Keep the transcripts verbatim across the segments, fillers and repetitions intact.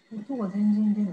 音が全然出ない。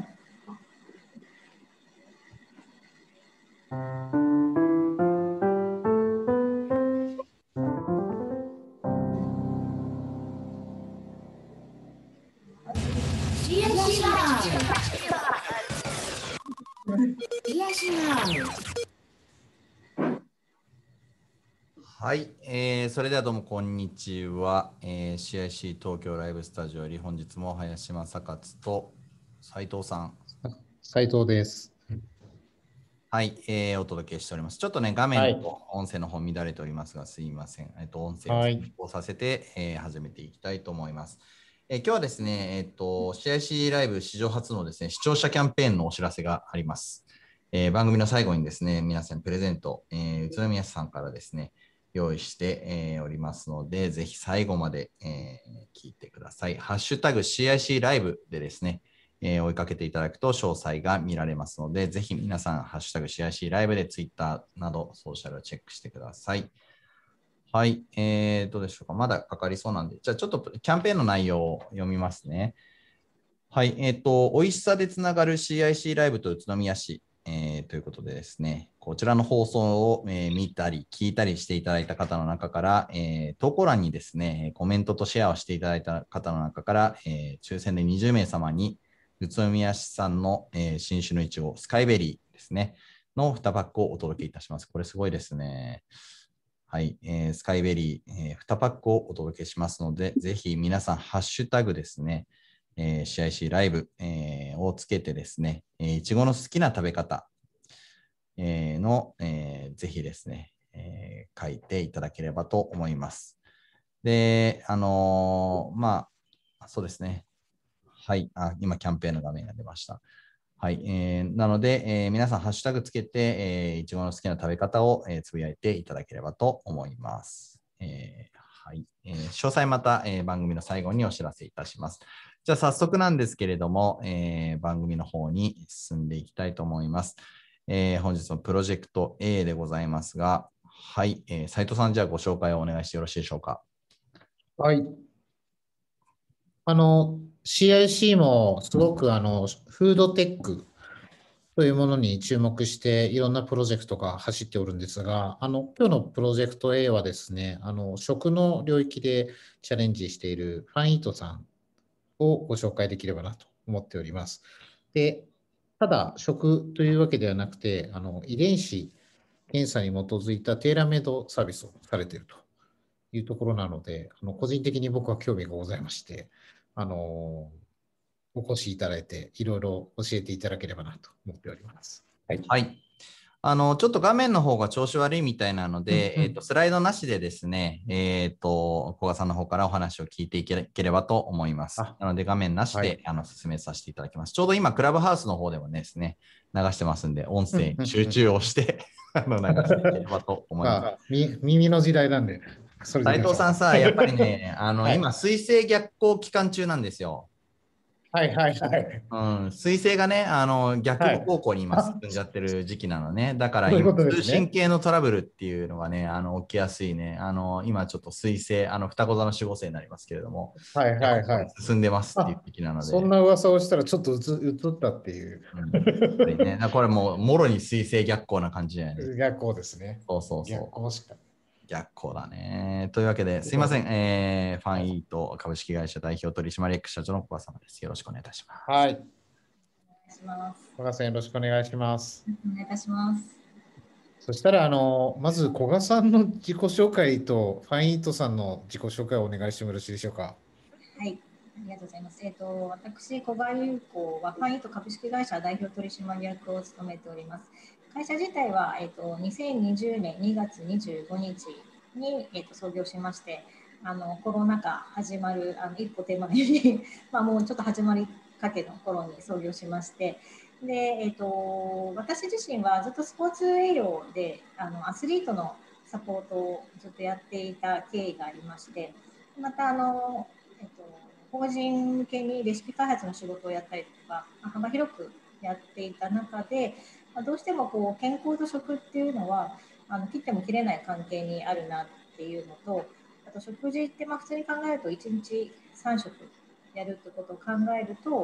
はい、えー、それではどうもこんにちは、えー、シーアイシー 東京ライブスタジオより本日も林正勝と斉藤さん、 斉藤です。 はい、えー、お届けしております。ちょっとね、画面はい。 と音声の方乱れておりますが、すいません。えっと、音声をはい。 変更させて、えー始めていきたいと思います。えー今日はですね、えっと、シーアイシー ライブ史上初のですね、視聴者キャンペーンのお知らせがあります。えー番組の最後にですね、皆さんプレゼント、えー宇都宮市さんからですね、用意して、えーおりますので、ぜひ最後まで、えー聞いてください。ハッシュタグ シーアイシー ライブでですね、えー追いかけていただくと詳細が見られますので、ぜひ皆さん、ハッシュタグ シーアイシー ライブでツイッターなどソーシャルをチェックしてください。はい、えー、どうでしょうか。まだかかりそうなんで、じゃあちょっとキャンペーンの内容を読みますね。はい、えっ、と、美味しさでつながる シーアイシー ライブと宇都宮市、えーということでですね、こちらの放送を、えー見たり、聞いたりしていただいた方の中から、えー投稿欄にですね、コメントとシェアをしていただいた方の中から、えー抽選でにじゅう名様に、宇都宮市産の、えー新種のいちご、スカイベリーですね、のにパックをお届けいたします。これすごいですね。はい、えースカイベリー、えーにパックをお届けしますので、ぜひ皆さん、ハッシュタグですね、えー、シーアイシー ライブ、えーをつけてですね、えーいちごの好きな食べ方、えーの、えーぜひですね、えー書いていただければと思います。で、あのーまあ、そうですね。はい、あ、今、キャンペーンの画面が出ました。はい、えーなので、えー皆さん、ハッシュタグつけて、えーいちごの好きな食べ方を、えーつぶやいていただければと思います。えーはいえー詳細また、えー番組の最後にお知らせいたします。じゃあ、早速なんですけれども、えー番組の方に進んでいきたいと思います。えー本日のプロジェクト A でございますが、はい、えー斉藤さん、じゃあご紹介をお願いしてよろしいでしょうか。 はい。あの、シーアイシー もすごくあの、フードテックというものに注目して、いろんなプロジェクトが走っておるんですが、あの、今日のプロジェクト A はですね、あの、食の領域でチャレンジしているファンイートさんをご紹介できればなと思っております。で、ただ、食というわけではなくて、あの、遺伝子検査に基づいたテーラーメイドサービスをされているというところなので、あの個人的に僕は興味がございまして、あのお越しいただいて、いろいろ教えていただければなと思っております。はい。 はい。あの、ちょっと画面の方が調子悪いみたいなので、 うんうんえっと、スライドなしでですね、えっと、古賀さんの方からお話を聞いていければと思います。 あ、 なので、画面なしはい。 で、あの、進めさせていただきます。ちょうど今、クラブハウスの方でもですね、流してますんで、音声に集中をしてあの、流していければと思います。 まあ、み耳の時代なんで、それでい斉きましょう。 藤さんさ、やっぱりね、あの、 はい。 今、水星逆行期間中なんですよ。 はいはいはい。 うん、彗星がね、あの逆はい。 方向に今進あ、 んじゃってる時期なのね。だから今、 そういうことで通すね。 信系のトラブルっていうのがね、あの起きやすいね。あの今ちょっと彗星、あの双子座の守護星になりますけれども、 はいはいはい。 進んでますっていうあ、 時期なので、 そんな噂をしたらちょっとうつ映ったっていう。 うん、やっぱりね、これもうもろに彗星逆行な感じだよね。 逆光ですね。 そうそう逆そう。 光しか。 逆行だね。というわけで、すいません。えー、ファンイート株式会社代表取締役社長の小川様です。よろしくお願いいたします。 はい。 お願いします。 小賀さんよろしくお願いします。 お願いいたします。 そしたら、あの、まず古賀さんの自己紹介と、ファンイートさんの自己紹介をお願いしてもよろしいでしょうか。 はい、ありがとうございます。えっ、と、私、小川優子は、ファンイート株式会社代表取締役を務めております。会社自体は、えっ、と、にせんにじゅうねんにがつにじゅうごにちに、えっ、と、創業しまして、あの、コロナ禍始まる、あの、一歩手前に、まあ、もうちょっと始まりかけの頃に創業しまして、で、えっ、と、私自身はずっとスポーツ栄養で、あの、アスリートのサポートをずっとやっていた経緯がありまして、また、あの、えっと、法人向けにレシピ開発の仕事をやったりとか、幅広くやっていた中で、どうしてもこう健康と食っていうのはあの切っても切れない関係にあるなっていうのと、あと食事ってまあ普通に考えるといちにちさんしょくやるってことを考えると、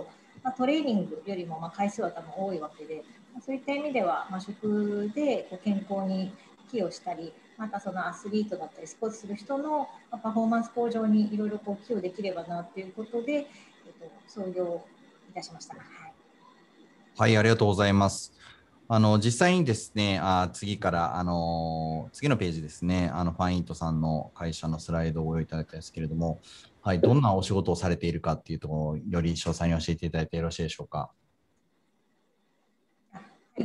まあ、トレーニングよりもまあ回数は多分多いわけで、そういった意味では、まあ、食でこう健康に寄与したり、またそのアスリートだったりスポーツする人のパフォーマンス向上にいろいろこう寄与できればなということで、えっと、創業いたしました。はい、 はい、ありがとうございます。あの実際にですね、あ次から、あの次のページですね、あのファンイートさんの会社のスライドをご用意いただいたんですけれども、はい、どんなお仕事をされているかっていうところをより詳細に教えていただいてよろしいでしょうか。 はい、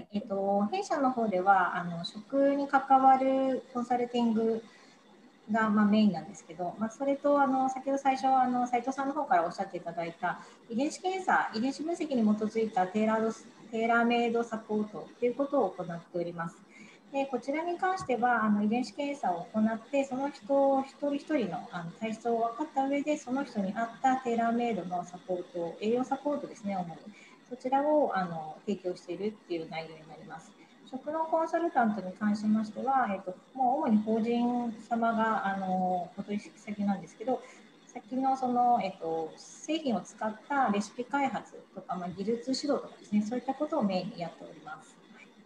えっと、弊社の方ではあの食に関わるコンサルティングがまあメインなんですけど、まあ、それとあの先ほど最初あの斉藤さんの方からおっしゃっていただいた遺伝子検査、遺伝子分析に基づいたテーラードテーラーメイドサポートということを行っております。でこちらに関してはあの遺伝子検査を行ってその人一人一人のあの体質を分かった上でその人に合ったテーラーメイドのサポート、栄養サポートですね、主にそちらをあの提供しているっていう内容になります。食のコンサルタントに関しましては、えっと、もう主に法人様があのお取引先なんですけど、先のその、えっと、製品を使ったレシピ開発とか、まあ、技術指導とかですね、そういったことをメインにやっております。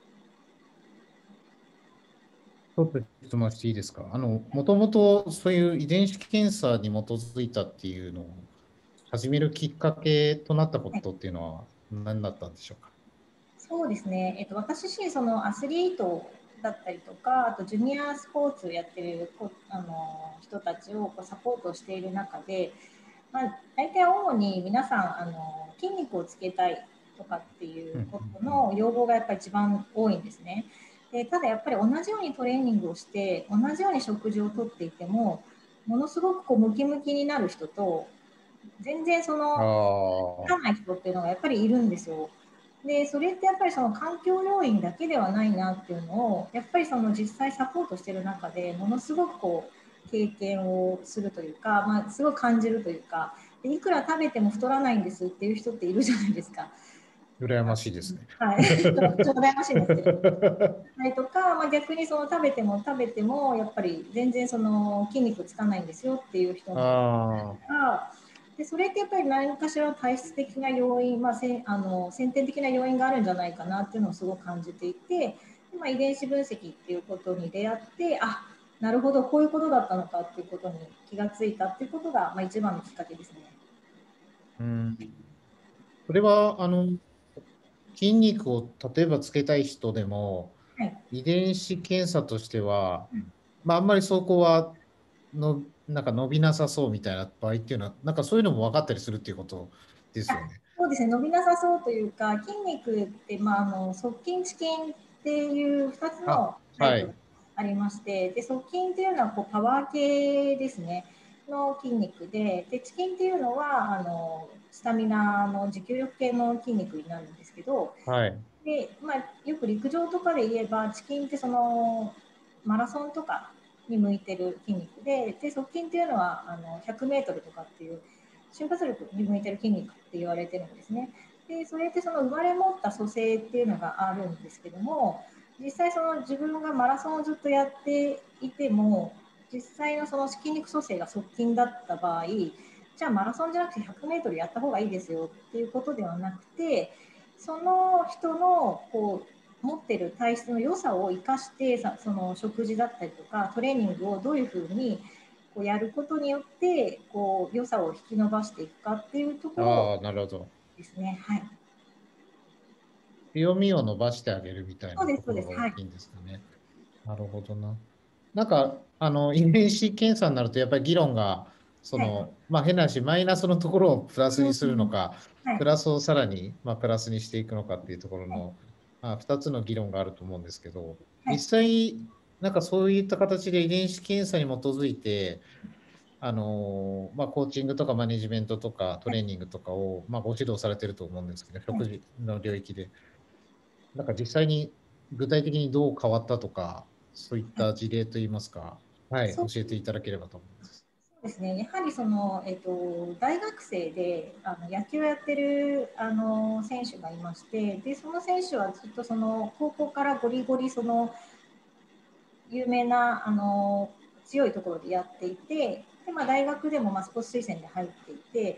ちょっと質問していいですか。あの、もともとそういう遺伝子検査に基づいたっていうのを始めるきっかけとなったことっていうのは何だったんでしょうか。 そうですね、えっと、私自身そのアスリートだったりとか、あとジュニアスポーツをやっているあの人たちをこうサポートしている中で、まあ、大体主に皆さんあの筋肉をつけたいとかっていうことの要望がやっぱり一番多いんですね。でただやっぱり同じようにトレーニングをして同じように食事をとっていてもものすごくこうムキムキになる人と全然そのつかない人っていうのがやっぱりいるんですよ。でそれってやっぱりその環境要因だけではないなっていうのをやっぱりその実際サポートしてる中でものすごくこう経験をするというか、まあ、すごい感じるというか、いくら食べても太らないんですっていう人っているじゃないですか。 羨ましいですね。 はい、ちょっと羨ましいんですけど。はいとか、まあ、逆にその食べても食べてもやっぱり全然その筋肉つかないんですよっていう人もいるからでそれってやっぱり何かしら体質的な要因、まあ、せあの先天的な要因があるんじゃないかなっていうのをすごく感じていて、まあ、遺伝子分析っていうことに出会ってあなるほどこういうことだったのかっていうことに気がついたっていうことが、まあ、一番のきっかけですね。 うん、それはあの筋肉を例えばつけたい人でも、 はい、 遺伝子検査としては、まあ、あんまりそこはのなんか伸びなさそうみたいな場合っていうのは、なんかそういうのも分かったりするっていうことですよね。 そうですね、伸びなさそうというか、筋肉って、まあ、あの側筋、遅筋っていうふたつあ、 のタイプがはい。 ありまして、で側筋っていうのはこうパワー系ですね、の筋肉で、で遅筋っていうのはあのスタミナの持久力系の筋肉になるんですけど、 はい。 でまあ、よく陸上とかで言えば、遅筋ってそのマラソンとかに向いてる筋肉で、で側筋っていうのはあのひゃくメートルとかっていう瞬発力に向いてる筋肉って言われてるんですね。でそれってその生まれ持った組成っていうのがあるんですけども、実際その自分がマラソンをずっとやっていても実際のその筋肉組成が側筋だった場合、じゃあマラソンじゃなくてひゃくメートルやった方がいいですよっていうことではなくて、その人のこう持ってる体質の良さを生かしてさその食事だったりとかトレーニングをどういうふうにこうやることによってこう良さを引き伸ばしていくかっていうところああ、なるほど。 ですね。はい。 強みを伸ばしてあげるみたいそうです、 なとこそうです。はい。 ろがいいんですかね。なるほどな。なんか、あの、遺伝子検査になると、やっぱり議論が、そはい。 の、まあ、変な話、マイナスのところをプラスにするのうん、 か、 はい。 プラスをさらに、まあ、プラスにしていくのかっていうところの、まあ、ふたつの議論があると思うんですけど、 はい。 実際、なんかそういった形で遺伝子検査に基づいて、あのまあ、コーチングとかマネジメントとかトレーニングとかを、まあ、ご指導されてると思うんですけど、食事の領域で。なんか実際に具体的にどう変わったとか、そういった事例といいますか、はい、 そう教えていただければと思います。 そうですね。やはりその、えっと、大学生であの野球をやってるあの選手がいまして、でその選手はずっとその高校からゴリゴリその有名なあの強いところでやっていて、でまあ、大学でもまあスポーツ推薦で入っていて、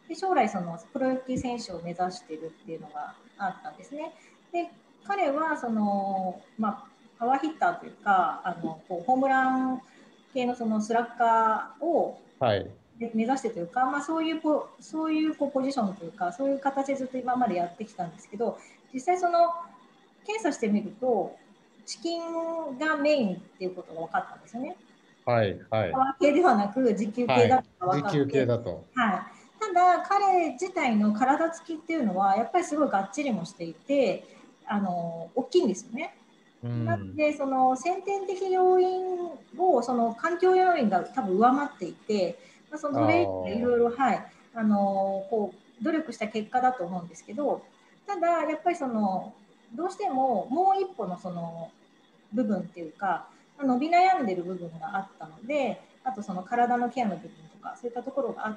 で将来そのプロ野球選手を目指しているっていうのがあったんですね。で彼はその、まあ、パワーヒッターというかあのこうホームラン系のそのスラッガーをはい。 目指してというか、まあ、そういうポそういうこうポジションというかそういう形でずっと今までやってきたんですけど、実際その検査してみるとチキンがメインっていうことが分かったんですよね。 はい。はい。 パワー系ではなく持久系はい。 だと分時給かって、 系だと。 はい、ただ彼自体の体つきっていうのはやっぱりすごいがっちりもしていてあの大きいんですよね。 うなのん。 でその先天的要因をその環境要因が多分上回っていて、まあ、そのあトレーニングでいろいろ、 あ。 はい、あのこう努力した結果だと思うんですけど、ただやっぱりそのどうしてももう一歩のその部分っていうか伸び悩んでる部分があったので、あとその体のケアの部分とかそういったところがあって、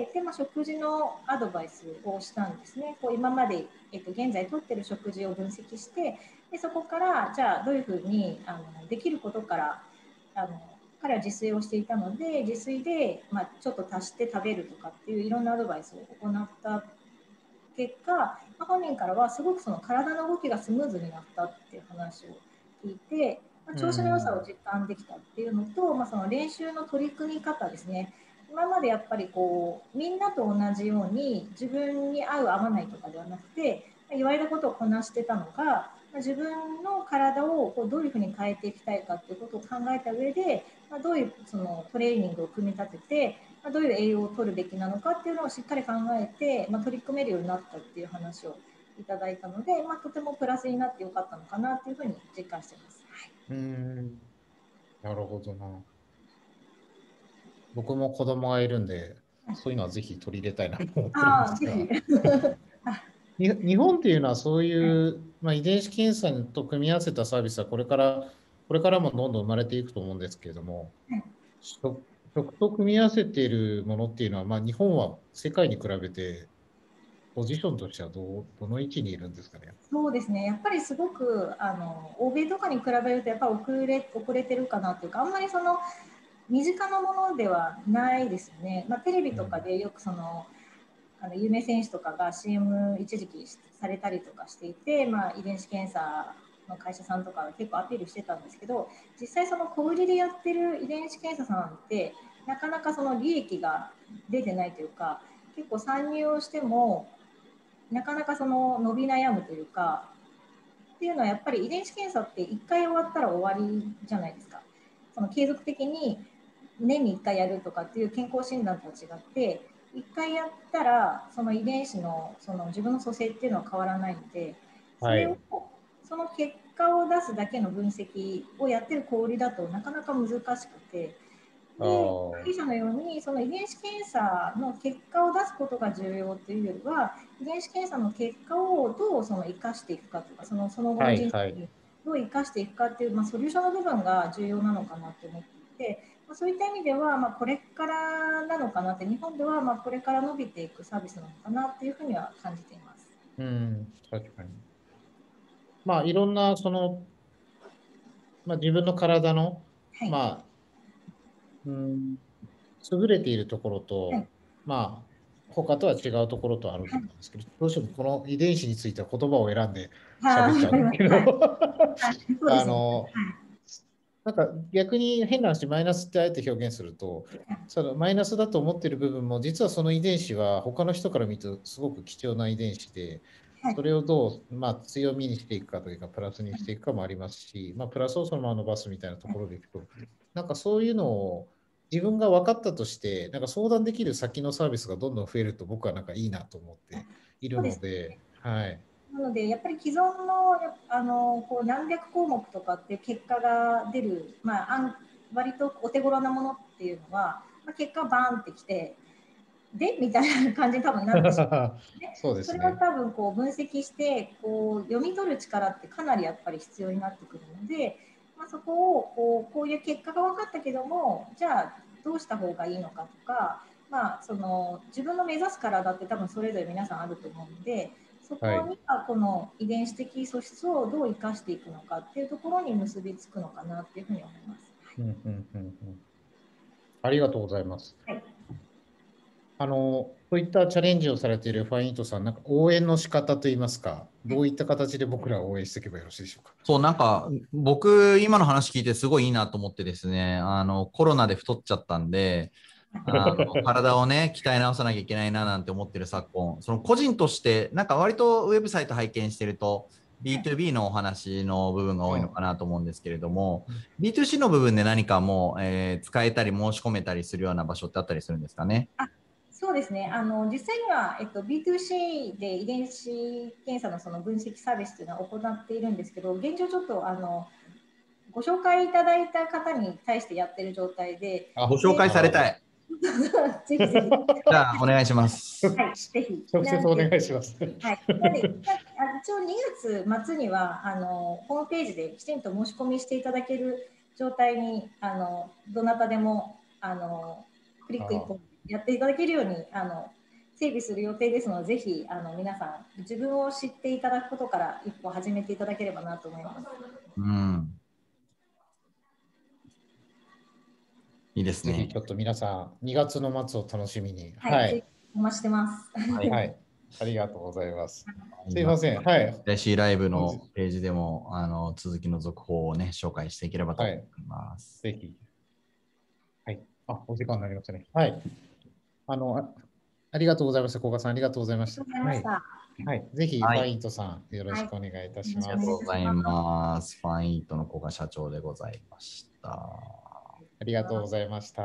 で、まあ、食事のアドバイスをしたんですね。こう今まで、えっと、現在とってる食事を分析して、でそこからじゃあどういうふうにあのできることからあの彼は自炊をしていたので自炊で、まあ、ちょっと足して食べるとかっていういろんなアドバイスを行った結果、まあ、本人からはすごくその体の動きがスムーズになったっていう話を聞いて、まあ、 う調子の良さをん。 実感できたっていうのと、まあ、その練習の取り組み方ですね。今までやっぱりこうみんなと同じように自分に合う合わないとかではなくて言われたことをこなしてたのが、自分の体をこうどういうふうに変えていきたいかっていうことを考えた上で、まあ、どういうそのトレーニングを組み立てて、まあ、どういう栄養を取るべきなのかっていうのをしっかり考えて、まあ、取り組めるようになったっていう話をいただいたので、まあ、とてもプラスになってよかったのかなっていうふうに実感してます。 うん。なるほどな。僕も子供がいるんで、そういうのはぜひ取り入れたいなと思ってるんでああ、ぜひ。 すが、に日本っていうのはそういう、まあ、遺伝子検査と組み合わせたサービスはこれから、これからもどんどん生まれていくと思うんですけれども、食食と組み合わせているものっていうのは、まあ、日本は世界に比べてポジションとしてはどう、どの位置にいるんですかね。 そうですね、やっぱりすごくあの欧米とかに比べるとやっぱ遅れ遅れてるかなっていうか、あんまりその身近なものではないですよね。まあ、テレビとかうん。 でよくそのあの有名選手とかが シーエム 一時期されたりとかしていて、まあ、遺伝子検査の会社さんとかは結構アピールしてたんですけど、実際その小売りでやってる遺伝子検査さんってなかなかその利益が出てないというか、結構参入をしてもなかなかその伸び悩むというかっていうのは、やっぱり遺伝子検査っていっかい終わったら終わりじゃないですか。その継続的に年にいっかいやるとかっていう健康診断とは違って、いっかいやったらその遺伝子のその自分の組成っていうのは変わらないので、それをはい。 その結果を出すだけの分析をやってる小売りだとなかなか難しくて、 あで、弊あ、 社のようにその遺伝子検査の結果を出すことが重要というよりは、遺伝子検査の結果をどうその生かしていくかとか、そのその後はのいはい。 人生にどう生かしていくかっていう、まあ、ソリューションの部分が重要なのかなと思っていて、まあ、そういった意味では、まあ、これからなのかなって、日本ではまあこれから伸びていくサービスなのかなっていうふうには感じています。 うん、確かに。まあ、いろんな、その、まあ、自分の体の、 はい、 まあ、うん、優れているところはい、 と、まあ、他とは違うところとあるとはい、 思うんですけど、どうしてもこの遺伝子については言葉を選んでは喋っちゃい、わかります。 うんですけど、 はい、はい、そうであすよね。 の、なんか逆に変な話、マイナスってあえて表現すると、そのマイナスだと思っている部分も、実はその遺伝子は他の人から見るとすごく貴重な遺伝子で、 はい、 それをどう、まあ、強みにしていくかというか、プラスにしていくかもありますし、まあ、プラスをそのまま伸ばすみたいなところでいくと、なんかそういうのを自分が分かったとして、なんか相談できる先のサービスがどんどん増えると僕はなんかいいなと思っているそうです。 ので、はい。 なので、やっぱり既存のあのこう何百項目とかって結果が出る、まあ、あん割とお手頃なものっていうのは、まあ、結果バーンってきて、でみたいな感じに多分なってしまう、ね。 そうでそれをすね。 多分こう分析してこう読み取る力ってかなりやっぱり必要になってくるので、まあ、そこをこうこういう結果が分かったけども、じゃあどうした方がいいのかとか、まあ、その自分の目指す体って多分それぞれ皆さんあると思うので、そはい。 こにはこの遺伝子的素質をどう生かしていくのかっていうところに結びつくのかなっていうふうに思います。 うんうんうんうん。ありがとうございます。 はい、 あの、 そういったチャレンジをされているファインイートさん、なんか応援の仕方といいますか、どういった形で僕らを応援していけばよろしいでしょうか。 そう、なんか、僕、今の話聞いてすごいいいなと思ってですね、あの、コロナで太っちゃったんで、あの体をね、鍛え直さなきゃいけないななんて思ってる昨今、その個人として、なんか割とウェブサイト拝見してると、ビーツービー のお話の部分が多いのかなと思うんですけれども、ビーツーシー の部分で何かもう、えー使えたり申し込めたりするような場所ってあったりするんですかね。 あ、そうですね。あの実際には、えっと、ビーツーシー で遺伝子検査のその分析サービスというのは行っているんですけど、現状ちょっとあのご紹介いただいた方に対してやっている状態で、 ご紹介されたい。 ぜひぜひ。 じゃあ、お願いします。 はい、ぜひ。 直接お願いします。 はい。なので、あ一応にがつ末にはあのホームページできちんと申し込みしていただける状態に、あのどなたでもあのクリック一本やっていただけるようにあの整備する予定ですので、ぜひあの皆さん自分を知っていただくことから一歩始めていただければなと思います。 うん。いいですね。 ぜひちょっと皆さん、にがつの末を楽しみに。 はい。 はい。 お待ちしてます。 はい。 はい、ありがとうございます。すいません。はい。 シーアイシーライブのページでもあの続きの続報をね、紹介していければと思います。 はい、ぜひ。はい。あ、お時間になりましたね。はい。あの、あ、ありがとうございました。古賀さん、ありがとうございました。 ありがとうございました。 はい。はい、ぜひ、フはいァインイートさん、よろしくお願いいたします。 ありがとうございます。ファンイートの古賀社長でございました。 ありがとうございました。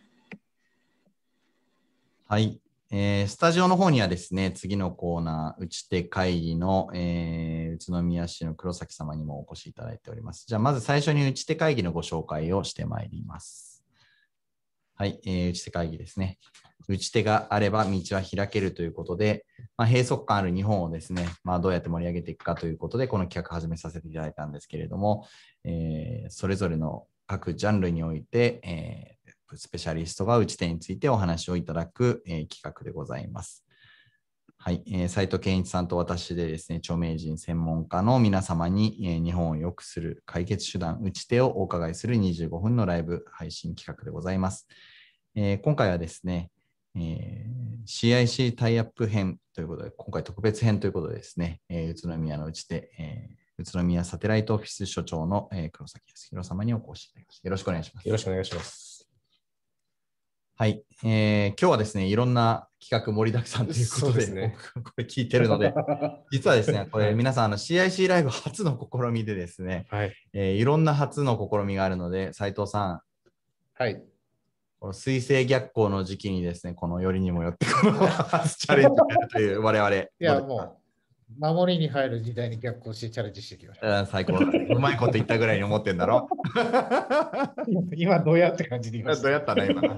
はい、えー。スタジオの方にはですね、次のコーナー、打ち手会議の、えー、宇都宮市の黒崎様にもお越しいただいております。じゃあ、まず最初に打ち手会議のご紹介をしてまいります。はい、えー、打ち手会議ですね。打ち手があれば道は開けるということで、まあ、閉塞感ある日本をですね、まあ、どうやって盛り上げていくかということで、この企画を始めさせていただいたんですけれども、えー、それぞれの各ジャンルにおいて、えースペシャリストが打ち手についてお話をいただく、えー、企画でございます。はい、えー、斉藤健一さんと私でですね、著名人専門家の皆様に、えー、日本を良くする解決手段、打ち手をお伺いするにじゅうごふんのライブ配信企画でございます。えー、今回はですね、えー、シーアイシー タイアップ編ということで、今回特別編ということでですね、えー、宇都宮の打ち手、えー、宇都宮サテライトオフィス所長の、えー、黒崎康弘様にお越しいただきました。よろしくお願いします。 よろしくお願いします。 はい、えー、今日はですね、いろんな企画盛りだくさんということで、 ね、 これ聞いてるので、実はですね、これ皆さんあの シーアイシー ライブ初の試みでですね、 はいえー、いろんな初の試みがあるので、斉藤さん、 はい、 この水星逆行の時期にですね、このよりにもよってこの初チャレンジをやるという我々。いや、もう、守りに入る時代に逆行してチャレンジしていきましょう。 最高だ。うまいこと言ったぐらいに思ってんだろ。 今、どうやって感じで言いました。 どうやったね、今。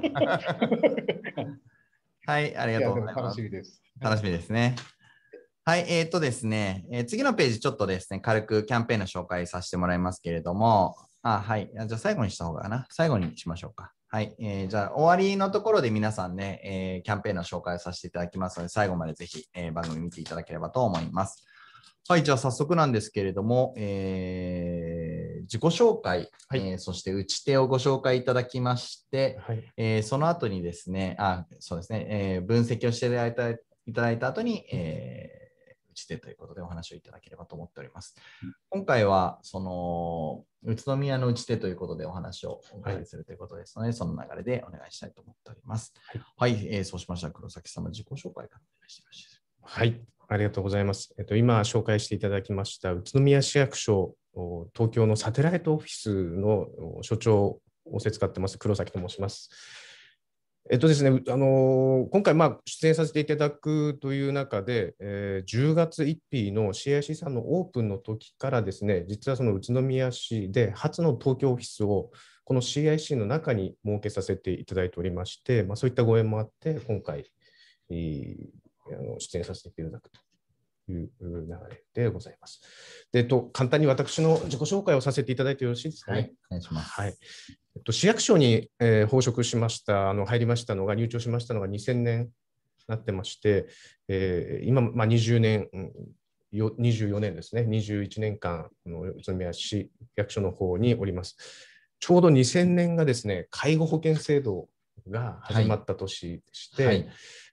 はい、ありがとうございます。 楽しみです。 楽しみですね。はい、えー、っとですね、えー、次のページちょっとですね、軽くキャンペーンの紹介させてもらいますけれども、あ、はい、じゃあ最後にした方がいいな。最後にしましょうか。はい、えー、じゃあ終わりのところで皆さんね、えー、キャンペーンの紹介をさせていただきますので、最後までぜひ、えー、番組見ていただければと思います。はい、じゃあ早速なんですけれども、えー、自己紹介、はい、えー、そして打ち手をご紹介いただきまして、はい、えー、その後にですね、あ、そうですね、えー、分析をしていただいた、いただいた後に、えー、打ち手ということでお話をいただければと思っております。今回は、その、宇都宮の打ち手ということでお話をお伺いするということですので、はい、その流れでお願いしたいと思っております。はい、はい、えー、そうしましたら黒崎様、自己紹介からお願いしてよろしいですか。 はい。ありがとうございます。えっと、今紹介していただきました宇都宮市役所東京のサテライトオフィスの所長を仰せつかってます黒崎と申します。えっとですね、あのー、今回まあ出演させていただくという中で、えー、じゅうがつついたちの シーアイシー さんのオープンの時からですね、実はその宇都宮市で初の東京オフィスをこの シーアイシー の中に設けさせていただいておりまして、まあ、そういったご縁もあって今回、えーあの出演させていただくという流れでございます。で、えっと、簡単に私の自己紹介をさせていただいてよろしいですかね。 はい、お願いします。 はい。えっと、市役所に、えー、報職しました、あの入りましたのが、入庁しましたのがにせんねんになってまして、えー、今、まあ、にじゅうねん、よにじゅうよねんですね、にじゅういちねんかん、の宇都宮市役所の方におります。ちょうどにせんねんがですね、介護保険制度が始まった年でして、はいはい、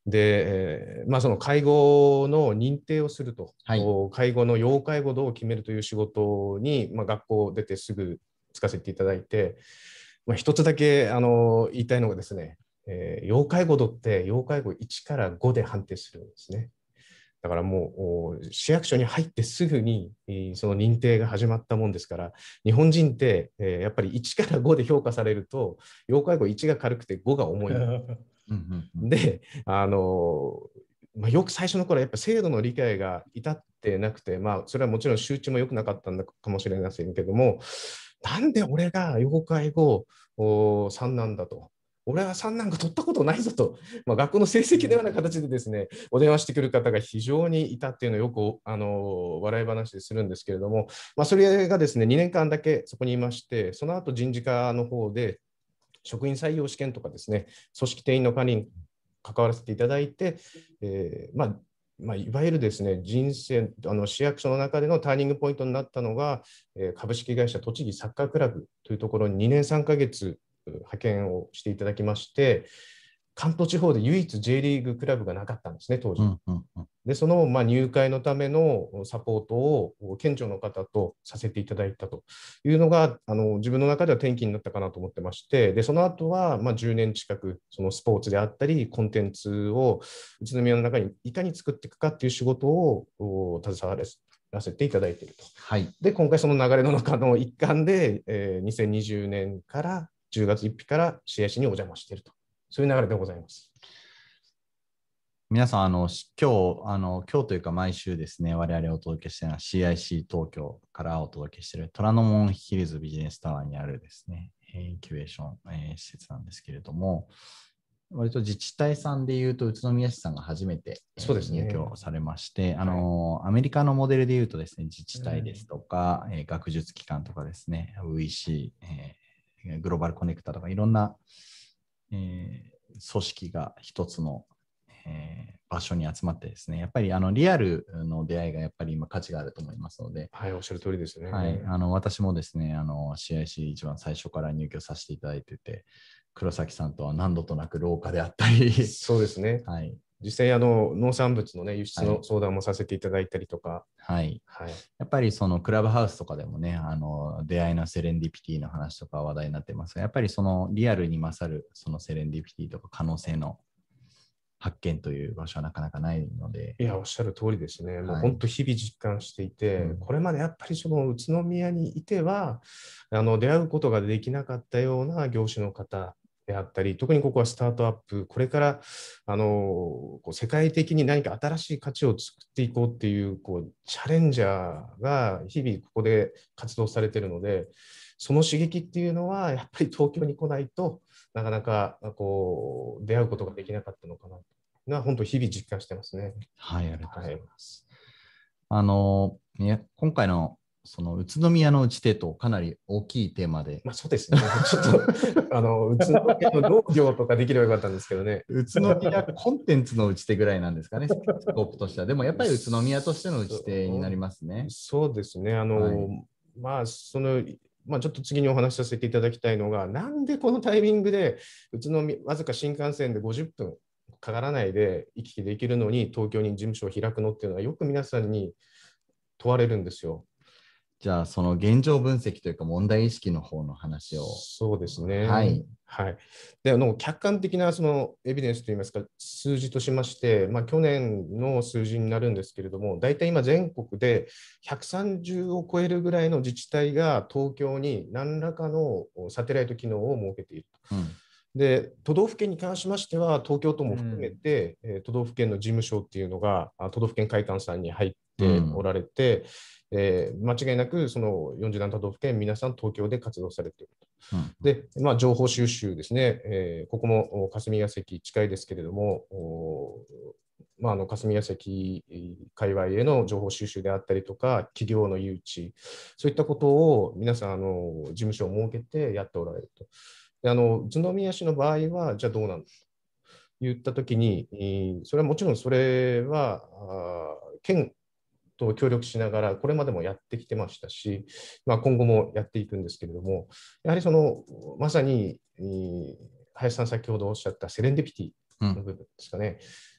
で、えーまあ、その介護の認定をすると、 はい介護の要介護度を決めるという仕事に、まあ、学校を出てすぐつかせていただいて、まあ、一つだけあの言いたいのがですね、えー要介護度って要介護いちからごで判定するんですね。だからもう市役所に入ってすぐにその認定が始まったもんですから、日本人ってやっぱりいちからごで評価されると、要介護いちが軽くてごが重い。で、あの、まあ、よく最初の頃やっぱ制度の理解が至ってなくて、まあ、それはもちろん周知も良くなかったんだかもしれませんけども、なんで俺が要介護さんなんだと。俺はさんなんか取ったことないぞと、まあ、学校の成績のような形でですね、お電話してくる方が非常にいたっていうのをよくあの笑い話でするんですけれども、まあ、それがですね、にねんかんだけそこにいまして、その後人事課の方で職員採用試験とかですね、組織定員の管理に関わらせていただいて、えーまあまあ、いわゆるですね、人生、あの市役所の中でのターニングポイントになったのが、えー株式会社栃木サッカークラブというところににねんさんかげつ派遣をしていただきまして、関東地方で唯一 J リーグクラブがなかったんですね、当時。 うんうんうん、 で、その、まあ、入会のためのサポートを県庁の方とさせていただいたというのが、あの自分の中では転機になったかなと思ってまして、で、その後は、まあ、じゅうねん近く、そのスポーツであったり、コンテンツを宇都宮の中にいかに作っていくかっていう仕事を携わらせていただいていると。 はい、 で、今回その流れの中の一環で、えー、にせんにじゅうねんからじゅうがつついたちからシーアイシーにお邪魔していると、そういう流れでございます。 皆さん、あの今日あの、今日というか毎週ですね、我々お届けしているのは シーアイシー 東京からお届けしている虎ノ門ヒルズビジネスタワーにあるですね、インキュベーション、えー、施設なんですけれども、割と自治体さんでいうと宇都宮市さんが初めて、 そうですね、 入居されまして、あの、はい、アメリカのモデルでいうとですね、自治体ですとか、うん、えー、学術機関とかですね、ブイシー、えー、グローバルコネクタとかいろんな、えー、組織が一つのえー、場所に集まってですね、やっぱりあのリアルの出会いがやっぱり今価値があると思いますので、 はい、おっしゃる通りですね。 はい、あの私もですね、あの シーアイシー 一番最初から入居させていただいてて、黒崎さんとは何度となく廊下であったり、 そうですね。 はい、 実際あの農産物の、ね、輸出の相談もさせていただいたりとか、 はいはい、 やっぱりそのクラブハウスとかでもね、あの出会いのセレンディピティの話とか話題になってますが、やっぱりそのリアルに勝るそのセレンディピティとか可能性の発見という場所はなかなかないので。 いや、おっしゃる通りですね。 はい、 もう本当日々実感していて、うん、これまでやっぱりその宇都宮にいては、あの出会うことができなかったような業種の方であったり、特にここはスタートアップ、これからあのこう世界的に何か新しい価値を作っていこうっていうこうチャレンジャーが日々ここで活動されているので、その刺激っていうのはやっぱり東京に来ないとなかなかこう出会うことができなかったのかなと。が本当日々実感してますね。 はい、ありがとうございます。はい、あの今回のその宇都宮の打ち手とかなり大きいテーマで。 まあそうですね。ちょっとあの宇都宮の農業とかできればよかったんですけどね。 宇都宮コンテンツの打ち手ぐらいなんですかね、スコープとしては。でもやっぱり宇都宮としての打ち手になりますね。 そ, そうですね。あの、はい、まあそのまあ、ちょっと次にお話しさせていただきたいのが、なんでこのタイミングで宇都宮わずか新幹線でごじゅっぷんかからないで行き来できるのに東京に事務所を開くのっていうのはよく皆さんに問われるんですよ。 じゃあその現状分析というか問題意識の方の話を。 そうですね。 はい。 はい、であの客観的なそのエビデンスといいますか数字としまして、まあ、去年の数字になるんですけれども、大体今全国でひゃくさんじゅうを超えるぐらいの自治体が東京に何らかのサテライト機能を設けていると。うん、で都道府県に関しましては東京都も含めて、うん、都道府県の事務所っていうのが都道府県会館さんに入っておられて、うんえー、間違いなくそのよんじゅうなな都道府県皆さん東京で活動されていると。うん、で、まあ、情報収集ですね、えー、ここも霞が関近いですけれども、まあ、あの霞が関界隈への情報収集であったりとか、企業の誘致、そういったことを皆さんあの事務所を設けてやっておられると。であの宇都宮市の場合は、じゃあどうなんだと言ったときに、それはもちろんそれは県と協力しながら、これまでもやってきてましたし、まあ、今後もやっていくんですけれども、やはりそのまさに林さん先ほどおっしゃったセレンディピティの部分ですかね、うん、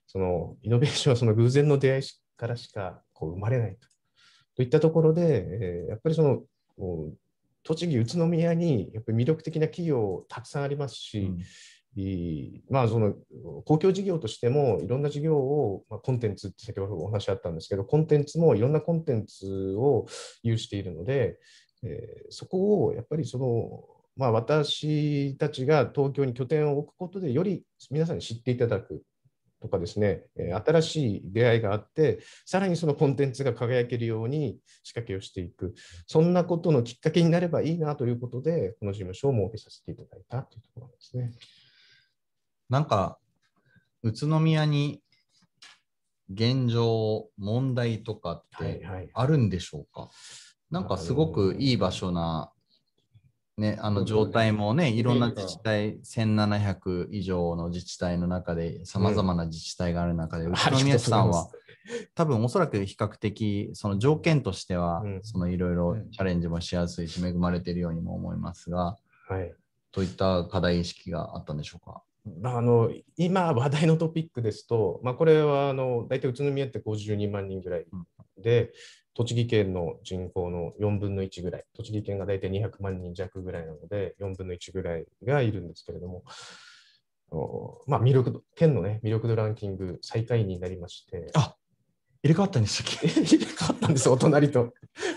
そのイノベーションはその偶然の出会いからしかこう生まれないと。といったところで、えーやっぱりその栃木、宇都宮にやっぱり魅力的な企業たくさんありますし、うんいまあ、その公共事業としてもいろんな事業を、まあ、コンテンツって先ほどお話あったんですけど、コンテンツもいろんなコンテンツを有しているので、えーそこをやっぱりその、まあ、私たちが東京に拠点を置くことでより皆さんに知っていただくとかですね、えー新しい出会いがあって、さらにそのコンテンツが輝けるように仕掛けをしていく、そんなことのきっかけになればいいなということで、この事務所を設けさせていただいたというところですね。 なんか、宇都宮に現状、問題とかってあるんでしょうか。はいはい、なんかすごくいい場所な、ね、あの状態もね、いろんな自治体、せんななひゃく以上の自治体の中で、さまざまな自治体がある中で、うん、宇都宮市さんは、多分おそらく比較的、その条件としては、そのいろいろチャレンジもしやすいし、恵まれているようにも思いますが、はい、どういった課題意識があったんでしょうか。 あの今話題のトピックですと、まあ、これはあの大体宇都宮ってごじゅうにまんにんぐらいで、うん、栃木県の人口のよんぶんのいちぐらい、栃木県が大体にひゃくまんにん弱ぐらいなので、よんぶんのいちぐらいがいるんですけれども、まあ、魅力度県の、ね、魅力度ランキング最下位になりまして。 あ、入れ替わったんでしたっけ？ 入れ替わったんです、お隣と。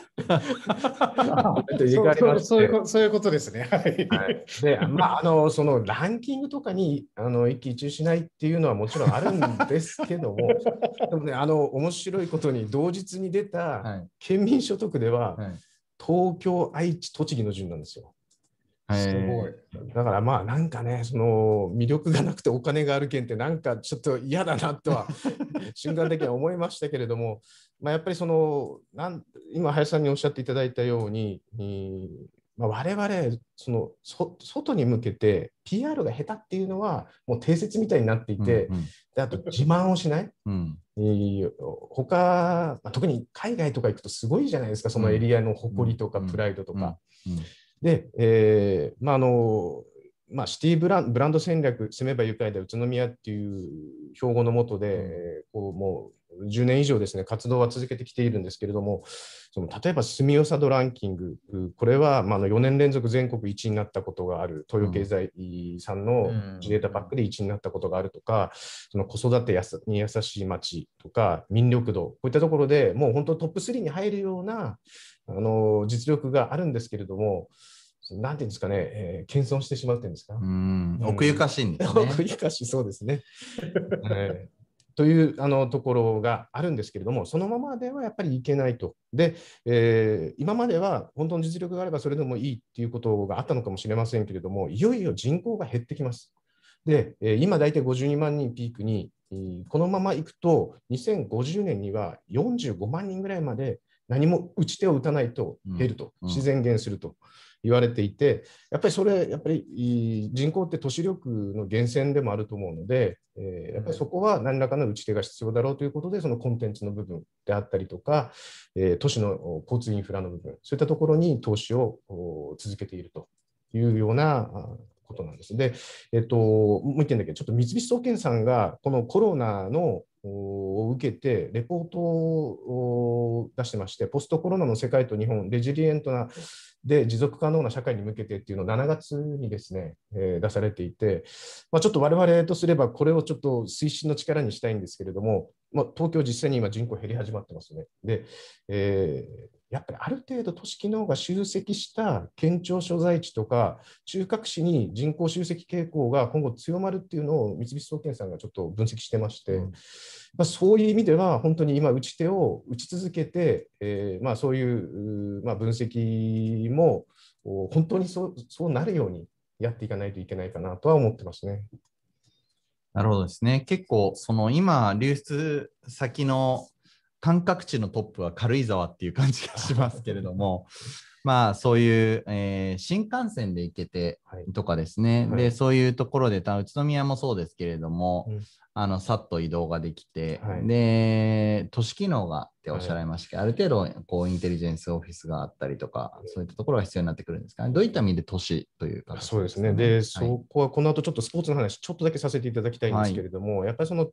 そういうことですね。はい。 はい、で、まあ、あの、そのランキングとかにあの一喜一憂しないっていうのはもちろんあるんですけども、でもね、あの、面白いことに同日に出た県民所得では、はいはい、東京、愛知、栃木の順なんですよ。 すごい。 だからまあなんかね、その魅力がなくてお金がある県ってなんかちょっと嫌だなとは瞬間的には思いましたけれども、まあ、やっぱりそのなん今林さんにおっしゃっていただいたように、まあ、我々そのそ外に向けて ピーアール が下手っていうのはもう定説みたいになっていて、うんうん、であと自慢をしない、うん他、まあ、特に海外とか行くとすごいじゃないですか、そのエリアの誇りとかプライドとか。うんうんうんで、えーまああのまあ、シティブラン、ブランド戦略、住めば愉快で宇都宮っていう標語のもとで、うんこうもうじゅうねん以上ですね、活動は続けてきているんですけれども、その例えば住みよさ度ランキング、これは、まあ、よねん連続全国いちになったことがある、東洋経済さんのデータパックでいちになったことがあるとか、その子育てやさに優しい街とか、民力度、こういったところでもう本当トップスリーに入るようなあの実力があるんですけれども、なんていうんですかね、えー、謙遜してしまうっていうんですか。 うん、奥ゆかしいんですね。 奥ゆかしい、そうですね。えーというあのところがあるんですけれども、そのままではやっぱりいけないと。で、えー、今までは本当の実力があればそれでもいいっていうことがあったのかもしれませんけれども、いよいよ人口が減ってきます。で、えー、今大体ごじゅうにまんにんピークに、このままいくとにせんごじゅうねんにはよんじゅうごまんにんぐらいまで何も打ち手を打たないと減ると、うん、自然減すると言われていて、やっぱりそれ、やっぱり人口って都市力の源泉でもあると思うので、えー、やっぱりそこは何らかの打ち手が必要だろうということで、そのコンテンツの部分であったりとか、えー、都市の交通インフラの部分、そういったところに投資を続けているというようなことなんです。で、えっと、もう一点だけ、ちょっと三菱総研さんがこのコロナのを受けてレポートを出してまして、ポストコロナの世界と日本、レジリエントなで持続可能な社会に向けてっていうのをしちがつにですね、えー、出されていて、まあ、ちょっと我々とすればこれをちょっと推進の力にしたいんですけれども、まあ、東京実際に今人口減り始まってますね。で、えー、やっぱりある程度都市機能が集積した県庁所在地とか中核市に人口集積傾向が今後強まるっていうのを三菱総研さんがちょっと分析してまして、うんまあ、そういう意味では本当に今打ち手を打ち続けて、えーまあ、そういう、まあ、分析も本当にそう、そうなるようにやっていかないといけないかなとは思ってますね。 なるほどですね。結構その今流出先の感覚値のトップは軽井沢っていう感じがしますけれどもまあそういう、えー、新幹線で行けてとかですね、はい、でそういうところで宇都宮もそうですけれども、うん、あのさっと移動ができて、はい、で都市機能がっておっしゃられましたけど、はい、ある程度こうインテリジェンスオフィスがあったりとかそういったところが必要になってくるんですかね。どういった意味で都市というか、 ね、そうですね。で、はい、そこはこの後ちょっとスポーツの話ちょっとだけさせていただきたいんですけれども、はい、やっぱりその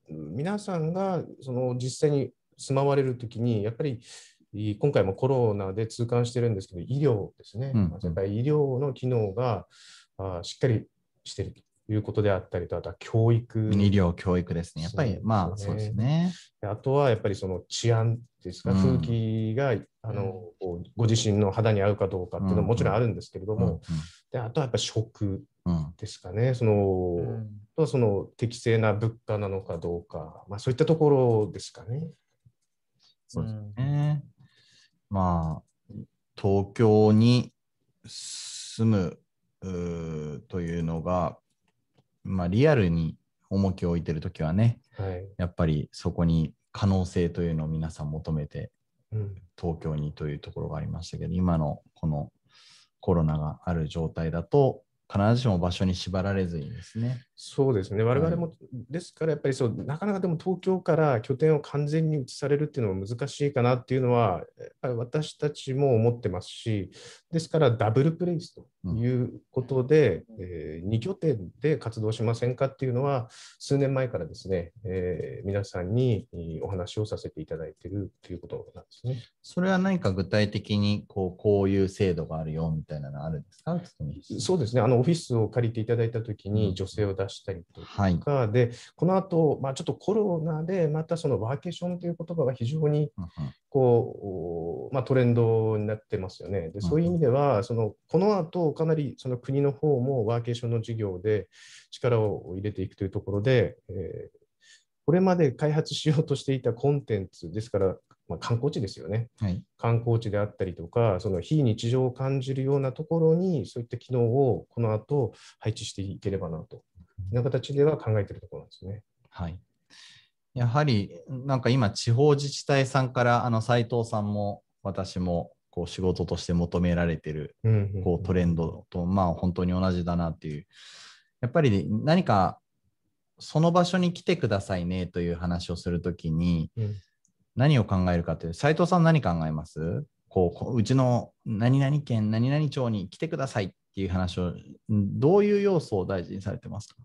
皆さんがその実際に住まわれるときに、やっぱり今回もコロナで痛感してるんですけど、医療ですね、 うんうん、 やっぱり医療の機能があしっかりしているということであったりと、あとは教育。 医療、教育ですね。やっぱり、まあ、そうですね。 あとはやっぱりその治安ですか、うん、風紀があの、うん、ご自身の肌に合うかどうかっていうのはもちろんあるんですけれども、うんうん、であとはやっぱり食ですかね、その、うん、とその適正な物価なのかどうか、まあ、そういったところですかね。 そうですね。まあ、東京に住むというのが、まあ、リアルに重きを置いてるときはね、はい、やっぱりそこに可能性というのを皆さん求めて、うん、東京にというところがありましたけど、今のこのコロナがある状態だと、必ずしも場所に縛られずにですね。 そうですね。我々も、はい、ですから、やっぱりそう、なかなかでも東京から拠点を完全に移されるっていうのは難しいかなっていうのは、やっぱり私たちも思ってますし、ですからダブルプレイスということで、うんえー、に拠点で活動しませんかっていうのは、数年前からですね、えー、皆さんにお話をさせていただいているということなんですね。 それは何か具体的にこう、こういう制度があるよみたいなのあるんですか？ そうですね。あのオフィスを借りていただいたときに女性を出したりとか、うんはい、でこの後、まあちょっとコロナでまたそのワーケーションという言葉が非常にこう、まあ、トレンドになってますよね。でそういう意味ではそのこの後かなりその国の方もワーケーションの事業で力を入れていくというところで、えー、これまで開発しようとしていたコンテンツですから、まあ、観光地ですよね、はい、観光地であったりとか、その非日常を感じるようなところに、そういった機能をこの後配置していければなという形では考えているところなんですね。 はい。やはり、なんか今、地方自治体さんから、あの斉藤さんも私もこう仕事として求められているこうトレンドと、まあ、本当に同じだなっていう、やっぱり何か、その場所に来てくださいねという話をするときに、うん何を考えるかという、斉藤さん何考えます？こう、うちの何々県、何々町に来てくださいっていう話を、どういう要素を大事にされてますか？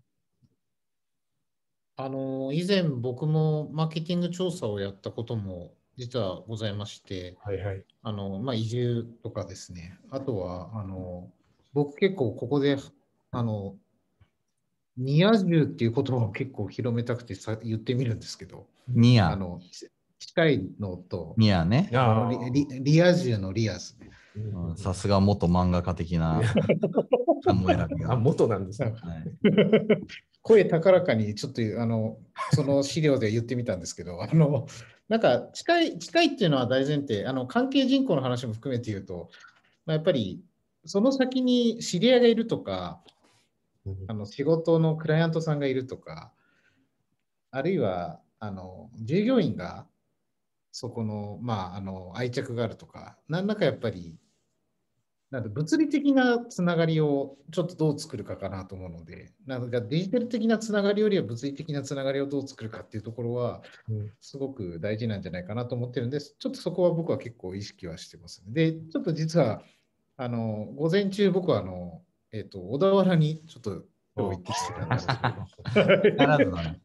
あの、以前僕もマーケティング調査をやったことも実はございまして、はいはい、あの、まあ、移住とかですね、あとは、あの、僕結構ここで、あの、ニア住っていう言葉を結構広めたくてさ言ってみるんですけど、 ニア。 あの近いのと、 ニアね。 あのリ, リ, リア充のリアスね。 さすが元漫画家的な単語選びが。 あ、元なんですね。はい、 声高らかにちょっとあのその資料で言ってみたんですけど、あのなんか近い近いっていうのは大前提、あの関係人口の話も含めて言うと、まあ、やっぱりその先に知り合いがいるとか、あの仕事のクライアントさんがいるとか、あるいはあの従業員がそこの、まあ、あの愛着があるとか、何らかやっぱりなんか物理的なつながりをちょっとどう作るかかなと思うので、なんかデジタル的なつながりよりは物理的なつながりをどう作るかっていうところは、すごく大事なんじゃないかなと思ってるんです。ちょっとそこは僕は結構意識はしてます。で、ちょっと実は、あの午前中、僕はあの、えっと、小田原にちょっと今日行ってきてたんですけど。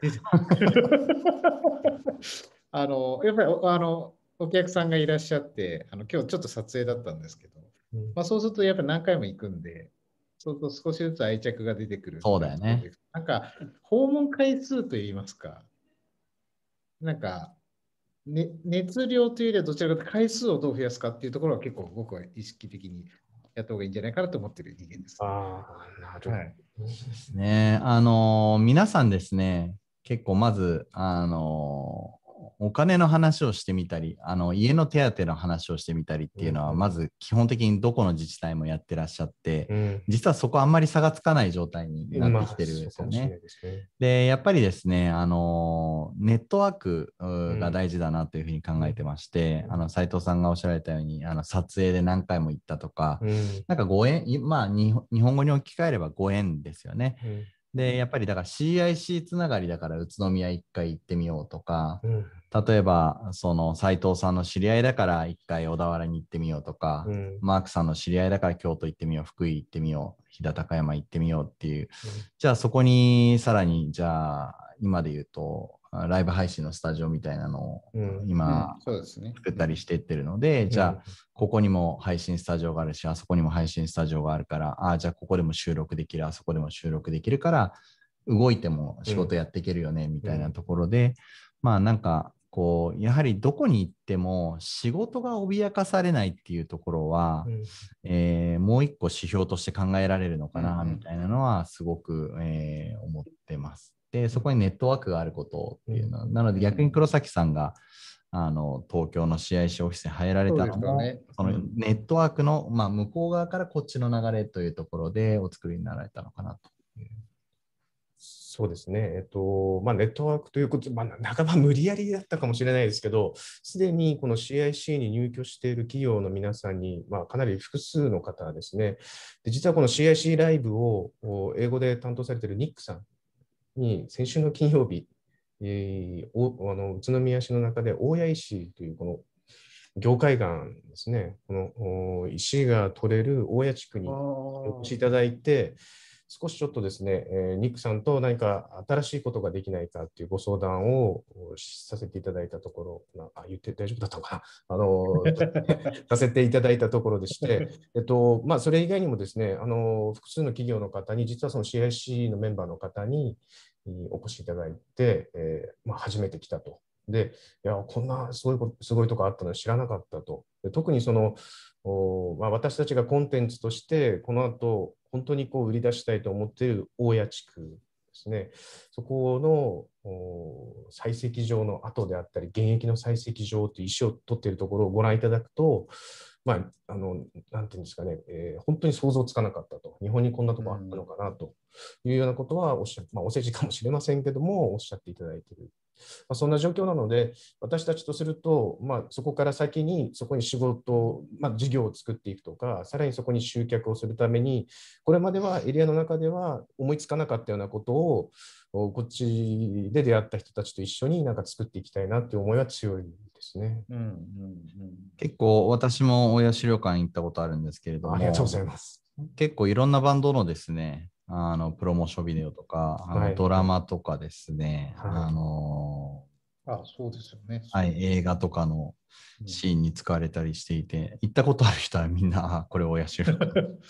あのやっぱりあのお客さんがいらっしゃって、あの今日ちょっと撮影だったんですけど、うんまあ、そうするとやっぱり何回も行くんで、そうすると少しずつ愛着が出てくる。 そうだよね。 なんか訪問回数といいますか、なんか、ね、熱量というよりはどちらかというと回数をどう増やすかっていうところは結構僕は意識的にやった方がいいんじゃないかなと思ってる人間です。 ああ、なるほど。はい、 そうですね。あの、皆さんですね、結構まず、あの、お金の話をしてみたり、あの家の手当の話をしてみたりっていうのは、まず基本的にどこの自治体もやってらっしゃって、うん、実はそこあんまり差がつかない状態になってきてるんですよね。で、やっぱりですね、あのネットワークが大事だなというふうに考えてまして、うん、あの斉藤さんがおっしゃられたように、あの撮影で何回も行ったとか、うん、なんかご縁、まあ日本語に置き換えればご縁ですよね。うんで、やっぱりだから シーアイシー つながりだから宇都宮一回行ってみようとか、うん、例えばその斉藤さんの知り合いだから一回小田原に行ってみようとか、うん、マークさんの知り合いだから京都行ってみよう、福井行ってみよう、 飛騨高山行ってみようっていう、うん、じゃあそこにさらにじゃあ今で言うとライブ配信のスタジオみたいなのを今作ったりしていってるので、じゃあここにも配信スタジオがあるし、あそこにも配信スタジオがあるから、あじゃあここでも収録できる、あそこでも収録できるから動いても仕事やっていけるよね、みたいなところで、まあなんかこうやはりどこに行っても仕事が脅かされないっていうところは、うんえー、もう一個指標として考えられるのかなみたいなのはすごく、えー、思ってます。でそこにネットワークがあることっていうのは、うん、なので逆に黒崎さんがあの東京の シーアイシー オフィスに入られたのも そ,、ね、そのネットワークの、まあ、向こう側からこっちの流れというところでお作りになられたのかなと。 そうですね、えっとまあ、ネットワークということで、まあ、半ば無理やりだったかもしれないですけど、すでにこの シーアイシー に入居している企業の皆さんに、まあ、かなり複数の方ですね、で実はこの シーアイシー ライブを英語で担当されているニックさんに、先週の金曜日、えー、おあの宇都宮市の中で大谷石というこの業界岩ですね、この石が取れる大谷地区にお越しいただいて、少しちょっとですね、えー、ニックさんと何か新しいことができないかっていうご相談をさせていただいたところ、あ、言って大丈夫だったのかな、あのさせていただいたところでして、えっとまあ、それ以外にもですね、あの複数の企業の方に、実はその シーアイシー のメンバーの方にお越しいただいて、えーまあ、初めて来たと。で、いや、こんなすごいこと、すごいとこあったの知らなかったと。で特にそのお、まあ、私たちがコンテンツとして、この後、本当にこう売り出したいと思っている大谷地区ですね、そこの採石場の跡であったり、現役の採石場という石を取っているところをご覧いただくと、まあ、あのなんていうんですかね、えー、本当に想像つかなかったと、日本にこんなところあったのかなというようなことはおっしゃ、まあ、お世辞かもしれませんけども、おっしゃっていただいている。まあ、そんな状況なので、私たちとすると、まあ、そこから先に、そこに仕事、まあ、事業を作っていくとか、さらにそこに集客をするために、これまではエリアの中では思いつかなかったようなことを、こっちで出会った人たちと一緒になんか作っていきたいなという思いは強いですね。うんうんうん、 結構、私も大谷資料館に行ったことあるんですけれども、 ありがとうございます。 結構いろんなバンドのですね、あのプロモーションビデオとか、あのドラマとかですね、はい、あのあそうですよね、 はい、映画とかのシーンに使われたりしていて、うん、行ったことある人はみんな、あこれ親知る。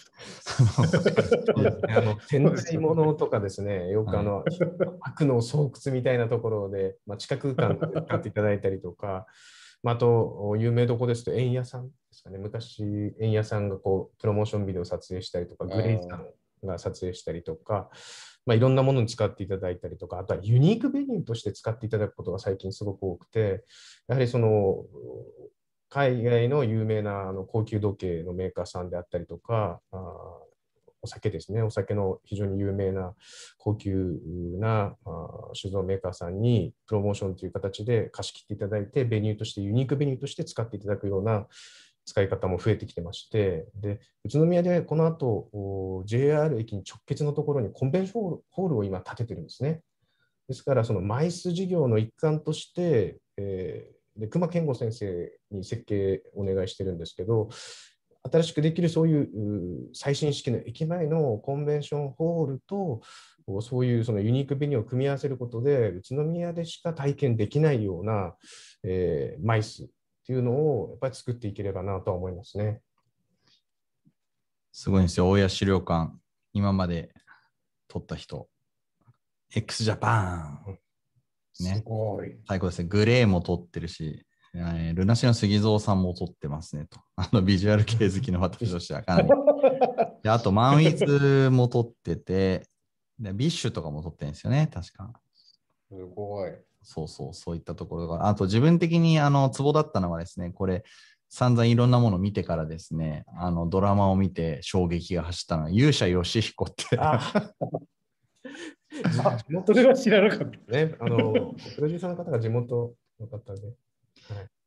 あの天体物とかですね、よくあの、はい、悪の巣窟みたいなところで、まあ、地下空間で使っていただいたりとか、まあ、あと、有名どこですと、円屋さんですかね、昔、円屋さんがこうプロモーションビデオを撮影したりとか、グレイさんが撮影したりとか、まあ、いろんなものに使っていただいたりとか、あとはユニークベニューとして使っていただくことが最近すごく多くて、やはりその海外の有名なあの高級時計のメーカーさんであったりとか、あお酒ですね、お酒の非常に有名な高級な酒造メーカーさんにプロモーションという形で貸し切っていただいて、ベニューとしてユニークベニューとして使っていただくような使い方も増えてきてまして、で宇都宮でこの後 ジェイアール 駅に直結のところにコンベンションホールを今建ててるんですね。ですから、そのマイス事業の一環として、えー、で隈研吾先生に設計お願いしてるんですけど、新しくできるそういう最新式の駅前のコンベンションホールと、そういうそのユニークベニューを組み合わせることで、宇都宮でしか体験できないような、えー、マイスっていうのをやっぱり作っていければなとは思いますね。 すごいんですよ、大谷資料館、今まで撮った人、x ジャパン、ね、 すごい。 最高ですね。グレーも撮ってるし、えー、ルナシーの杉蔵さんも撮ってますねと。あのビジュアル系好きの私としてはかなり。であと、マンウィズも撮ってて、でビッシュとかも撮ってるんですよね、確か。 すごい。 そうそう、そういったところが。あと、自分的にあのツボだったのはですね、これ、散々いろんなものを見てからですね、あのドラマを見て衝撃が走ったのは、勇者ヨシヒコって。 あそれは知らなかった。 ね、あの、プロデューサーの方が地元の方で。はい、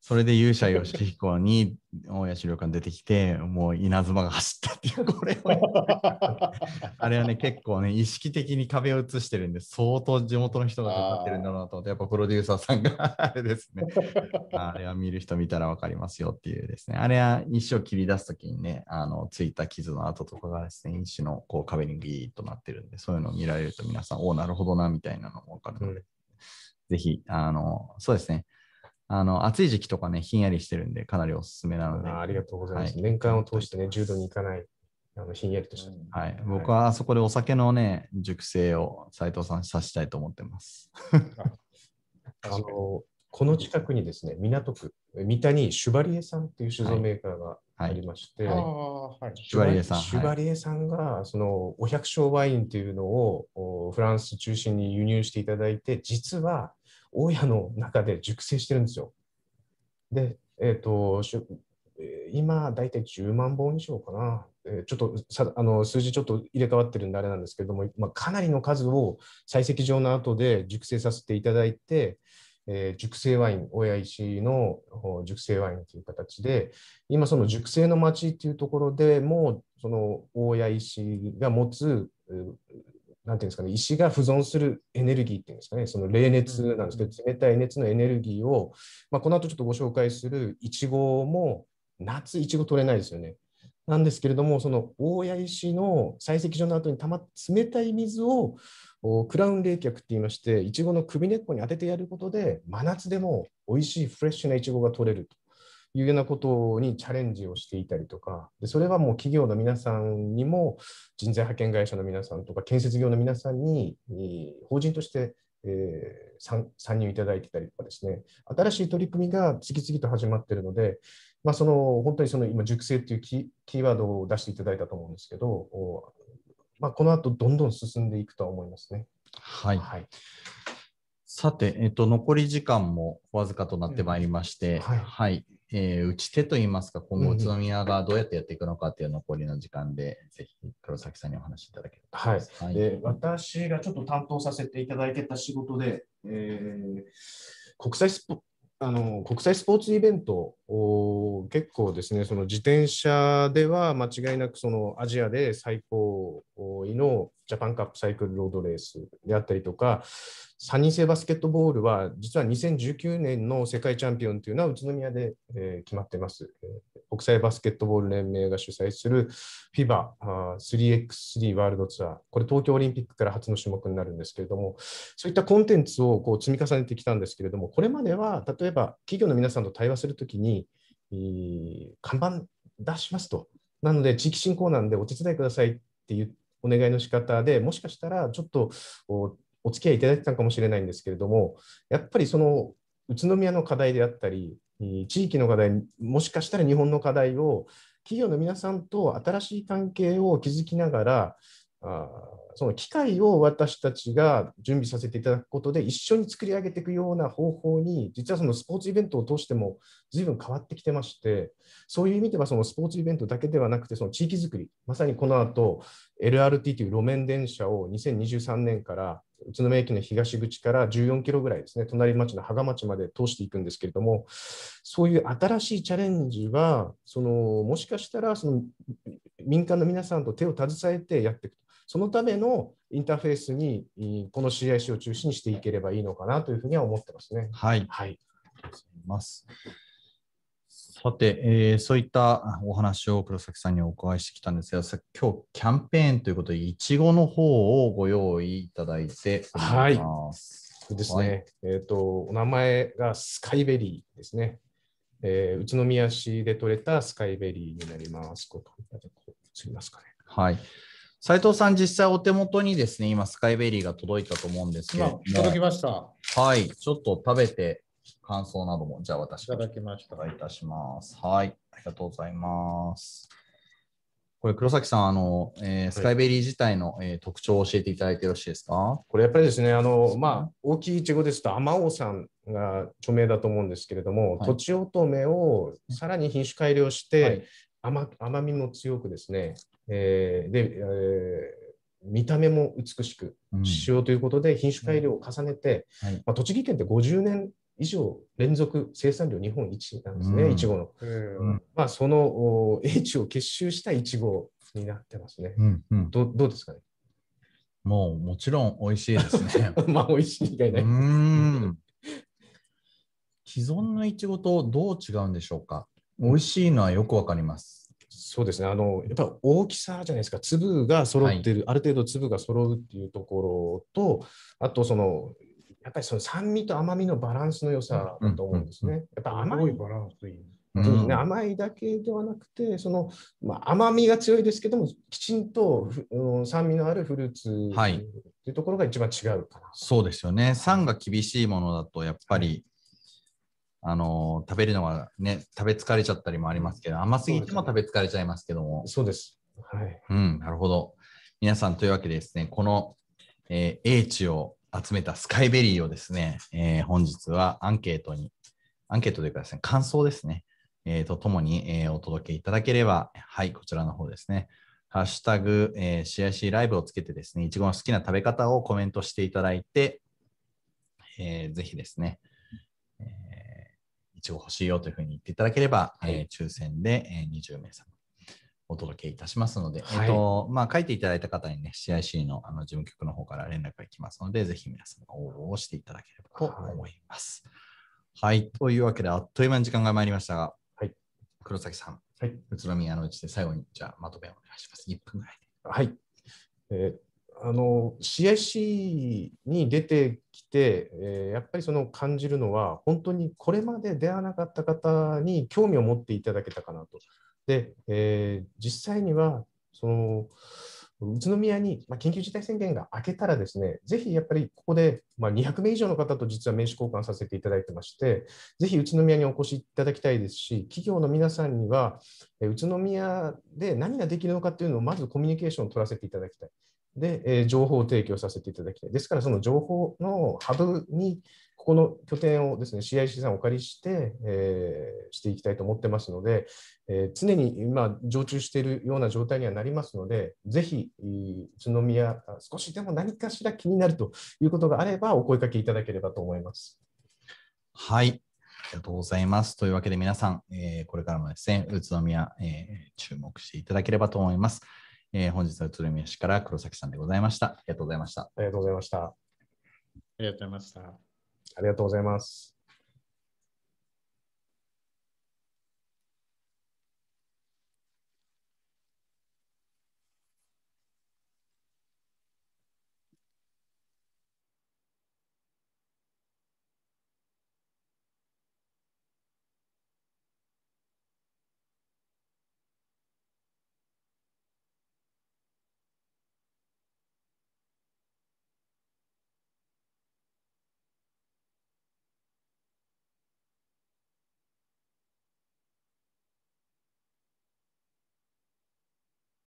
それで勇者ヨシヒコに大谷資料館出てきて、もう稲妻が走ったっていう、これをあれはね、結構ね、意識的に壁を映してるんで、相当地元の人がかかってるんだろうなと思って、やっぱプロデューサーさんがあれですね、あれは見る人見たら分かりますよっていうですね、あれは石を切り出すときにね、あのついた傷の跡とかがですね、石のこう壁にギーッとなってるんで、そういうのを見られると皆さん、おお、なるほどなみたいなのも分かるので、うん、ぜひ、あの、そうですね。あの暑い時期とかね、ひんやりしてるんで、かなりおすすめなので。 あ, ありがとうございます。はい、年間を通してね、じゅうどに行かない、あのひんやりとした、うん。 はい。僕はあそこでお酒のね、熟成を斉藤さんさせたいと思ってます。 あのこの近くにですね、港区、三田にシュバリエさんっていう酒造メーカーがありまして、シュバリエさん、シュバリエさんがそのお百姓ワインっていうのをフランス中心に輸入していただいて、実は大家の中で熟成してるんですよ。で、えっと、今、だいたいじゅうまんぼん以上かな。えー、ちょっとさあの数字ちょっと入れ替わってるんであれなんですけれども、まあ、かなりの数を採石場の後で熟成させていただいて、えー、熟成ワイン、大谷石の熟成ワインという形で、今、その熟成の町っていうところでも、その大谷石が持つ、なんていうんですかね、石が不存するエネルギーっていうんですかね、その冷熱なんですけど、冷たい熱のエネルギーを、まあ、この後ちょっとご紹介するイチゴも、夏、イチゴ取れないですよね。なんですけれども、その大谷石の採石場の後にたまっ冷たい水をクラウン冷却って言いまして、イチゴの首根っこに当ててやることで、真夏でも美味しいフレッシュなイチゴが取れるというようなことにチャレンジをしていたりとか、でそれはもう企業の皆さんにも、人材派遣会社の皆さんとか、建設業の皆さんに、法人として、えー、参入いただいてたりとかですね、新しい取り組みが次々と始まっているので、まあ、その本当にその今、熟成というキー、キーワードを出していただいたと思うんですけど、まあ、この後どんどん進んでいくとは思いますね。 はい。はい、さて、えっと、残り時間もわずかとなってまいりまして、うん、はい、はい、えー、打ち手といいますか、今後、宇都宮がどうやってやっていくのかという残りの時間で、うん、ぜひ黒崎さんにお話しいただければと思います。はい、はい、えー、私がちょっと担当させていただいてた仕事で、えー、国際スポあの国際スポーツイベントを結構ですね、その自転車では間違いなくそのアジアで最高位のジャパンカップサイクルロードレースであったりとか、さんにん制バスケットボールは実はにせんじゅうきゅうねんの世界チャンピオンというのは宇都宮で、えー、決まっています。国際バスケットボール連盟が主催する フィバ スリーエックススリー ワールドツアー、これ東京オリンピックから初の種目になるんですけれども、そういったコンテンツをこう積み重ねてきたんですけれども、これまでは例えば企業の皆さんと対話するときに、看板出しますと。なので地域振興なんでお手伝いくださいっていうお願いの仕方で、もしかしたらちょっとおお付き合いいただいてたかもしれないんですけれども、やっぱりその宇都宮の課題であったり、地域の課題、もしかしたら日本の課題を企業の皆さんと新しい関係を築きながら、あその機会を私たちが準備させていただくことで一緒に作り上げていくような方法に、実はそのスポーツイベントを通しても随分変わってきてまして、そういう意味ではそのスポーツイベントだけではなくて、その地域づくり、まさにこの後 エルアールティー という路面電車をにせんにじゅうさんねんから宇都宮駅の東口からじゅうよんキロぐらいですね、隣町の芳賀町まで通していくんですけれども、そういう新しいチャレンジは、そのもしかしたらその民間の皆さんと手を携えてやっていく。そのためのインターフェースにこの シーアイシー を中心にしていければいいのかなというふうには思ってますね。 はい。 はい。 ありがとうございます。さて、えー、そういったお話を黒崎さんにお伺いしてきたんですが、今日キャンペーンということで、いちごの方をご用意いただいております。 はい。ですね。はい、えっと、お名前がスカイベリーですね。えー、宇都宮市で採れたスカイベリーになります。こう映りますかね。 はい。斉藤さん、実際お手元にですね、今、スカイベリーが届いたと思うんですけれども。 届きました。 はい。ちょっと食べて、感想なども、じゃあ私がいただきました。 お願いいたします。はい。ありがとうございます。これ、黒崎さん、あの、えー、スカイベリー自体の、えー、特徴を教えていただいてよろしいですか？ これやっぱりですね、あの、まあ、大きいイチゴですと、あまおうさんが著名だと思うんですけれども、はい、とちおとめをさらに品種改良して、はい、甘, 甘みも強くですね、えー、で、えー見た目も美しくしようということで品種改良を重ねて、うんはいまあ、栃木県ってごじゅうねん以上連続生産量日本一なんですね、いちごの。 うんまあ、その英知を結集したいちごになってますね。 うんうん、 どどうですかね。 もうもちろん美味しいですね。 まあ、美味しい以外うない。 ーん。既存のいちごとどう違うんでしょうか。美味しいのはよくわかります。 そうですね。あの、やっぱ大きさじゃないですか。粒が揃ってる、はい、ある程度粒が揃うっていうところと、あとその、やっぱりその酸味と甘みのバランスの良さだと思うんですね。やっぱ甘い。 バランスいい。 そうですね、甘いだけではなくて、その、まあ、甘みが強いですけども、きちんと、うん、酸味のあるフルーツというところが一番違うかな。 そうですよね。酸が厳しいものだと、やっぱり、はい、あの食べるのがね、食べ疲れちゃったりもありますけど、甘すぎても食べ疲れちゃいますけども。 そうです。はい。 うん、なるほど。皆さん、というわけでですね、この、えー、英知を集めたスカイベリーをですね、えー、本日はアンケートに、アンケートというかですね、感想ですね、えー、とともに、えー、お届けいただければ、はい、こちらの方ですね、ハッシュタグ、えー、シーアイシー ライブをつけてですね、いちごの好きな食べ方をコメントしていただいて、えー、ぜひですね、えー、いちご欲しいよというふうに言っていただければ、はい、えー、抽選で、えー、にじゅうめいさまお届けいたしますので、はい、えっとまあ、書いていただいた方にね、シーアイシー の, あの事務局の方から連絡が来ますので、ぜひ皆さんが応募していただければと思います。はい、はい、というわけで、あっという間に時間が参りましたが、はい、黒崎さん、はい、宇都宮のうちで最後に、じゃあ、まとめをお願いします。いっぷんぐらいで。 はい。えー、あの シーアイシー に出てきて、えー、やっぱりその感じるのは、本当にこれまで出会わなかった方に興味を持っていただけたかなと。で、えー、実際にはその宇都宮に、まあ、緊急事態宣言が明けたらですね、ぜひやっぱりここで、まあ、にひゃくめい以上の方と実は名刺交換させていただいてまして、ぜひ宇都宮にお越しいただきたいですし、企業の皆さんには、宇都宮で何ができるのかっていうのをまずコミュニケーションを取らせていただきたい。で、えー、情報提供させていただきたい。ですから、その情報のハブに、ここの拠点をですね、シーアイシー さんをお借りして、えー、していきたいと思ってますので、えー、常に今、常駐しているような状態にはなりますので、ぜひ、宇都宮、少しでも何かしら気になるということがあれば、お声かけいただければと思います。 はい。ありがとうございます。というわけで皆さん、えー、これからもですね、宇都宮、えー、注目していただければと思います。えー、本日は宇都宮市から黒崎さんでございました。ありがとうございました。 ありがとうございました。 ありがとうございました。 ありがとうございます。